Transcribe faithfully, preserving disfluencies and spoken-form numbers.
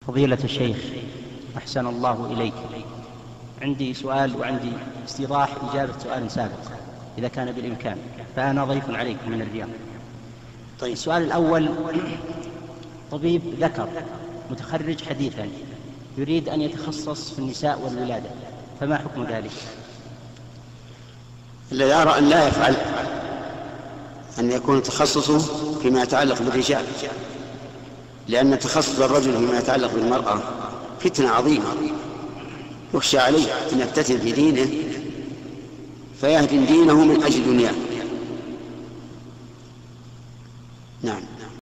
فضيلة الشيخ أحسن الله إليك، عندي سؤال وعندي استيضاح إجابة سؤال سابق إذا كان بالإمكان، فأنا ضيف عليكم من الرياض. طيب. السؤال الأول: طبيب ذكر متخرج حديثا يريد أن يتخصص في النساء والولادة، فما حكم ذلك؟ الذي أرى أن لا يفعل أن يكون تخصصه فيما يتعلق بالرجال، لأن تخصص الرجل فيما يتعلق بالمرأة فتنة عظيمة يخشى عليه أن يفتتن في دينه فيهدم دينه من أجل دنياه. نعم.